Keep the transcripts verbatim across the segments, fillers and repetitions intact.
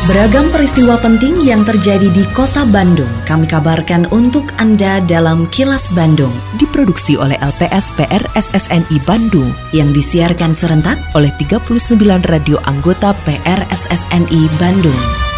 Beragam peristiwa penting yang terjadi di Kota Bandung kami kabarkan untuk Anda dalam Kilas Bandung. Diproduksi oleh L P S P R S S N I Bandung yang disiarkan serentak oleh tiga puluh sembilan radio anggota P R S S N I Bandung.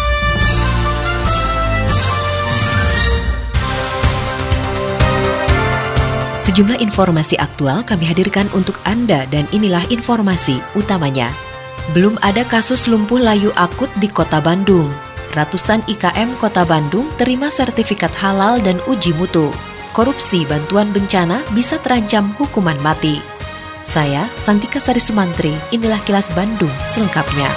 Sejumlah informasi aktual kami hadirkan untuk Anda dan inilah informasi utamanya. Belum ada kasus lumpuh layu akut di Kota Bandung. Ratusan I K M Kota Bandung terima sertifikat halal dan uji mutu. Korupsi bantuan bencana bisa terancam hukuman mati. Saya, Santika Sari Sumantri, inilah Kilas Bandung selengkapnya.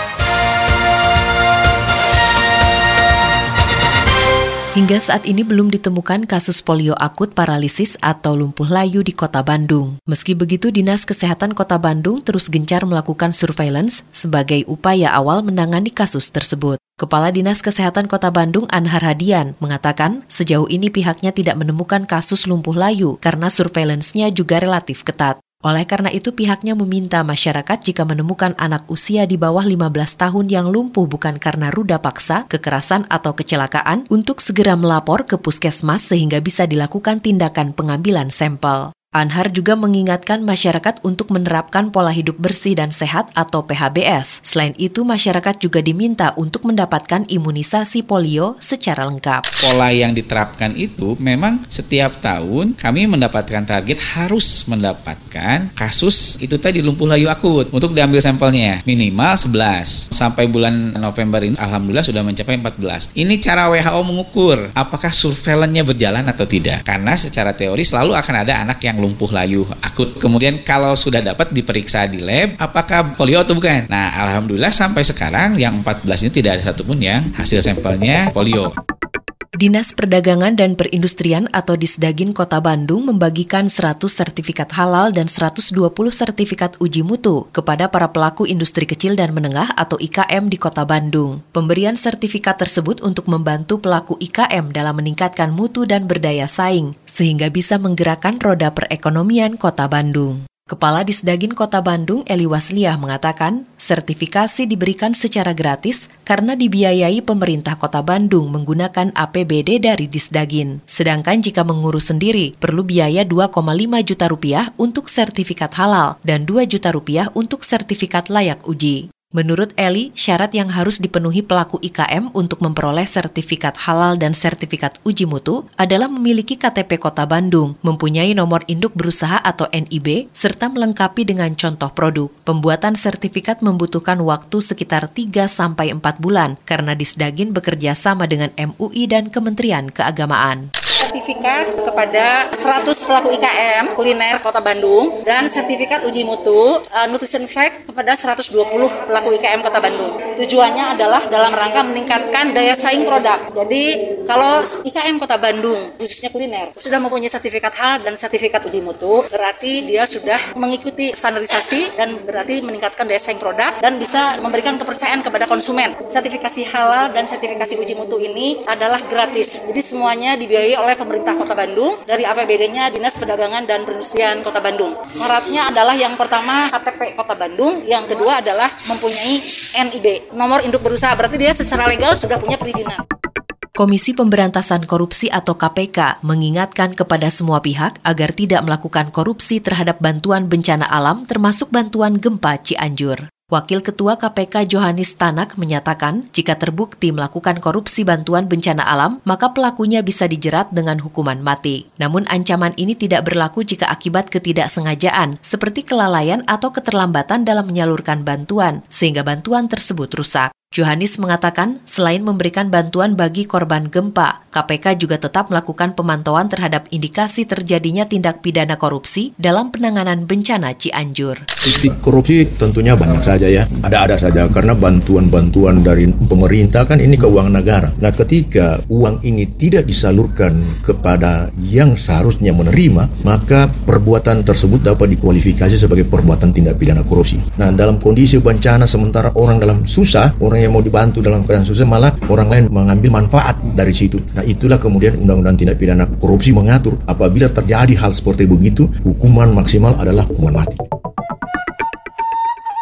Hingga saat ini belum ditemukan kasus polio akut paralisis atau lumpuh layu di Kota Bandung. Meski begitu, Dinas Kesehatan Kota Bandung terus gencar melakukan surveillance sebagai upaya awal menangani kasus tersebut. Kepala Dinas Kesehatan Kota Bandung, Anhar Hadian, mengatakan sejauh ini pihaknya tidak menemukan kasus lumpuh layu karena surveillance-nya juga relatif ketat. Oleh karena itu, pihaknya meminta masyarakat jika menemukan anak usia di bawah lima belas tahun yang lumpuh bukan karena ruda paksa, kekerasan, atau kecelakaan, untuk segera melapor ke puskesmas sehingga bisa dilakukan tindakan pengambilan sampel. Anhar juga mengingatkan masyarakat untuk menerapkan pola hidup bersih dan sehat atau P H B S. Selain itu, masyarakat juga diminta untuk mendapatkan imunisasi polio secara lengkap. Pola yang diterapkan itu memang setiap tahun kami mendapatkan target harus mendapatkan kasus itu tadi lumpuh layu akut untuk diambil sampelnya minimal sebelas. Sampai bulan November ini alhamdulillah sudah mencapai empat belas. Ini cara W H O mengukur apakah surveillance-nya berjalan atau tidak. Karena secara teori selalu akan ada anak yang lumpuh layu akut. Kemudian kalau sudah dapat diperiksa di lab apakah polio atau bukan. Nah, alhamdulillah sampai sekarang yang empat belas ini tidak ada satupun yang hasil sampelnya polio. Dinas Perdagangan dan Perindustrian atau Disdagin Kota Bandung membagikan seratus sertifikat halal dan seratus dua puluh sertifikat uji mutu kepada para pelaku industri kecil dan menengah atau I K M di Kota Bandung. Pemberian sertifikat tersebut untuk membantu pelaku I K M dalam meningkatkan mutu dan berdaya saing, sehingga bisa menggerakkan roda perekonomian Kota Bandung. Kepala Disdagin Kota Bandung, Eli Wasliah, mengatakan sertifikasi diberikan secara gratis karena dibiayai pemerintah Kota Bandung menggunakan A P B D dari Disdagin. Sedangkan jika mengurus sendiri, perlu biaya dua koma lima juta rupiah untuk sertifikat halal dan dua juta rupiah untuk sertifikat layak uji. Menurut Eli, syarat yang harus dipenuhi pelaku I K M untuk memperoleh sertifikat halal dan sertifikat uji mutu adalah memiliki K T P Kota Bandung, mempunyai nomor induk berusaha atau N I B, serta melengkapi dengan contoh produk. Pembuatan sertifikat membutuhkan waktu sekitar tiga sampai empat bulan karena Disdagin bekerja sama dengan M U I dan Kementerian Keagamaan. Sertifikat kepada seratus pelaku I K M kuliner Kota Bandung dan sertifikat uji mutu uh, Nutrition Fact kepada seratus dua puluh pelaku I K M Kota Bandung. Tujuannya adalah dalam rangka meningkatkan daya saing produk. Jadi kalau I K M Kota Bandung khususnya kuliner sudah mempunyai sertifikat halal dan sertifikat uji mutu, berarti dia sudah mengikuti standarisasi dan berarti meningkatkan daya saing produk dan bisa memberikan kepercayaan kepada konsumen. Sertifikasi halal dan sertifikasi uji mutu ini adalah gratis. Jadi semuanya dibiayai oleh pemerintah Kota Bandung dari A P B D-nya Dinas Perdagangan dan Perindustrian Kota Bandung. Syaratnya adalah yang pertama K T P Kota Bandung, yang kedua adalah mempunyai N I B, nomor induk berusaha, berarti dia secara legal sudah punya perizinan. Komisi Pemberantasan Korupsi atau K P K mengingatkan kepada semua pihak agar tidak melakukan korupsi terhadap bantuan bencana alam termasuk bantuan gempa Cianjur. Wakil Ketua K P K Johannes Tanak menyatakan, jika terbukti melakukan korupsi bantuan bencana alam, maka pelakunya bisa dijerat dengan hukuman mati. Namun ancaman ini tidak berlaku jika akibat ketidaksengajaan, seperti kelalaian atau keterlambatan dalam menyalurkan bantuan, sehingga bantuan tersebut rusak. Johannes mengatakan, selain memberikan bantuan bagi korban gempa, K P K juga tetap melakukan pemantauan terhadap indikasi terjadinya tindak pidana korupsi dalam penanganan bencana Cianjur. Titik korupsi tentunya banyak saja ya, ada-ada saja karena bantuan-bantuan dari pemerintah kan ini keuangan negara. Nah, ketika uang ini tidak disalurkan kepada yang seharusnya menerima, maka perbuatan tersebut dapat dikualifikasi sebagai perbuatan tindak pidana korupsi. Nah, dalam kondisi bencana sementara orang dalam susah, orang yang mau dibantu dalam keadaan susah, malah orang lain mengambil manfaat dari situ. Nah, itulah kemudian Undang-Undang Tindak Pidana Korupsi mengatur apabila terjadi hal seperti begitu, hukuman maksimal adalah hukuman mati.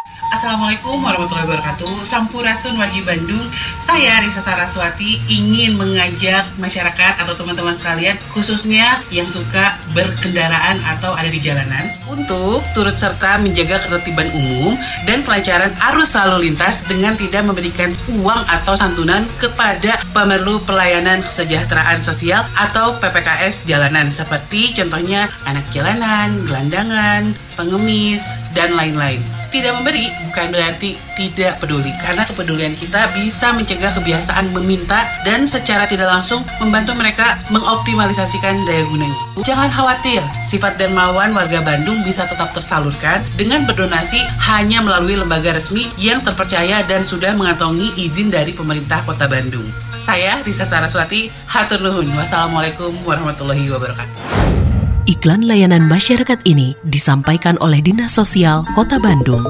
Assalamualaikum warahmatullahi wabarakatuh. Sampurasun Wahyu Bandung. Saya Risa Saraswati ingin mengajak masyarakat atau teman-teman sekalian, khususnya yang suka berkendaraan atau ada di jalanan, untuk turut serta menjaga ketertiban umum dan kelancaran arus lalu lintas dengan tidak memberikan uang atau santunan kepada pemerlu pelayanan kesejahteraan sosial atau P P K S jalanan, seperti contohnya anak jalanan, gelandangan, pengemis, dan lain-lain. Tidak memberi bukan berarti tidak peduli, karena kepedulian kita bisa mencegah kebiasaan meminta dan secara tidak langsung membantu mereka mengoptimalisasikan daya gunanya. Jangan khawatir, sifat dermawan warga Bandung bisa tetap tersalurkan dengan berdonasi hanya melalui lembaga resmi yang terpercaya dan sudah mengantongi izin dari pemerintah Kota Bandung. Saya Risa Saraswati, hatur nuhun. Wassalamualaikum warahmatullahi wabarakatuh. Iklan layanan masyarakat ini disampaikan oleh Dinas Sosial Kota Bandung.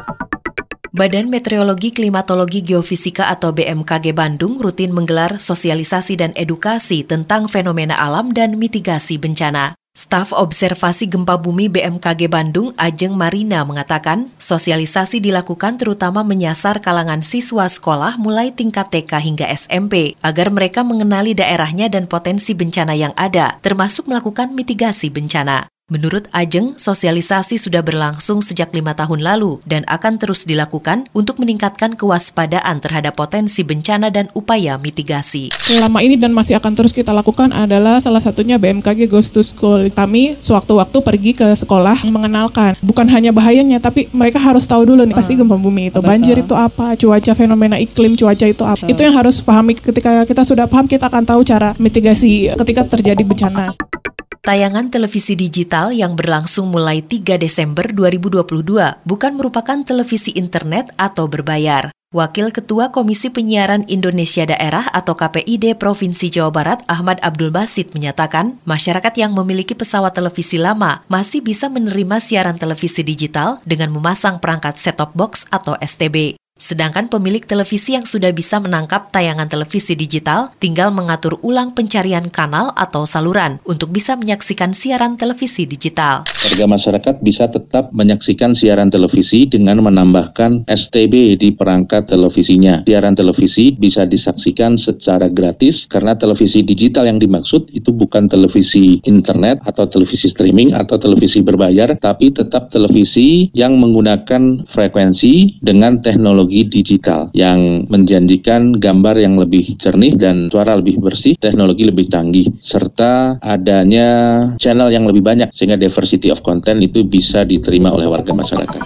Badan Meteorologi, Klimatologi, Geofisika atau B M K G Bandung rutin menggelar sosialisasi dan edukasi tentang fenomena alam dan mitigasi bencana. Staf Observasi Gempa Bumi B M K G Bandung, Ajeng Marina, mengatakan sosialisasi dilakukan terutama menyasar kalangan siswa sekolah mulai tingkat T K hingga S M P agar mereka mengenali daerahnya dan potensi bencana yang ada, termasuk melakukan mitigasi bencana. Menurut Ajeng, sosialisasi sudah berlangsung sejak lima tahun lalu dan akan terus dilakukan untuk meningkatkan kewaspadaan terhadap potensi bencana dan upaya mitigasi. Selama ini dan masih akan terus kita lakukan adalah salah satunya B M K G Goes to School. Kami sewaktu-waktu pergi ke sekolah mengenalkan bukan hanya bahayanya, tapi mereka harus tahu dulu nih pasti gempa bumi itu, banjir itu apa, cuaca, fenomena iklim cuaca itu apa. Itu yang harus pahami. Ketika kita sudah paham, kita akan tahu cara mitigasi ketika terjadi bencana. Tayangan televisi digital yang berlangsung mulai tiga Desember dua ribu dua puluh dua bukan merupakan televisi internet atau berbayar. Wakil Ketua Komisi Penyiaran Indonesia Daerah atau K P I D Provinsi Jawa Barat, Ahmad Abdul Basit, menyatakan masyarakat yang memiliki pesawat televisi lama masih bisa menerima siaran televisi digital dengan memasang perangkat set-top box atau S T B. Sedangkan pemilik televisi yang sudah bisa menangkap tayangan televisi digital tinggal mengatur ulang pencarian kanal atau saluran untuk bisa menyaksikan siaran televisi digital. Warga masyarakat bisa tetap menyaksikan siaran televisi dengan menambahkan S T B di perangkat televisinya. Siaran televisi bisa disaksikan secara gratis karena televisi digital yang dimaksud itu bukan televisi internet atau televisi streaming atau televisi berbayar, tapi tetap televisi yang menggunakan frekuensi dengan teknologi digital yang menjanjikan gambar yang lebih jernih dan suara lebih bersih, teknologi lebih canggih, serta adanya channel yang lebih banyak sehingga diversity of content itu bisa diterima oleh warga masyarakat.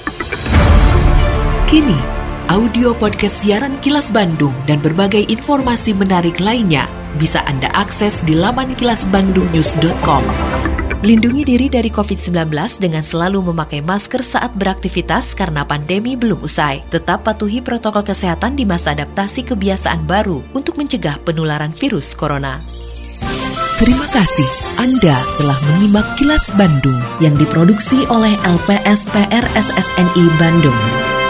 Kini, audio podcast siaran Kilas Bandung dan berbagai informasi menarik lainnya bisa Anda akses di laman kilas bandung news dot com. Lindungi diri dari covid sembilan belas dengan selalu memakai masker saat beraktivitas karena pandemi belum usai. Tetap patuhi protokol kesehatan di masa adaptasi kebiasaan baru untuk mencegah penularan virus corona. Terima kasih Anda telah menyimak Kilas Bandung yang diproduksi oleh L P S P R S S N I Bandung.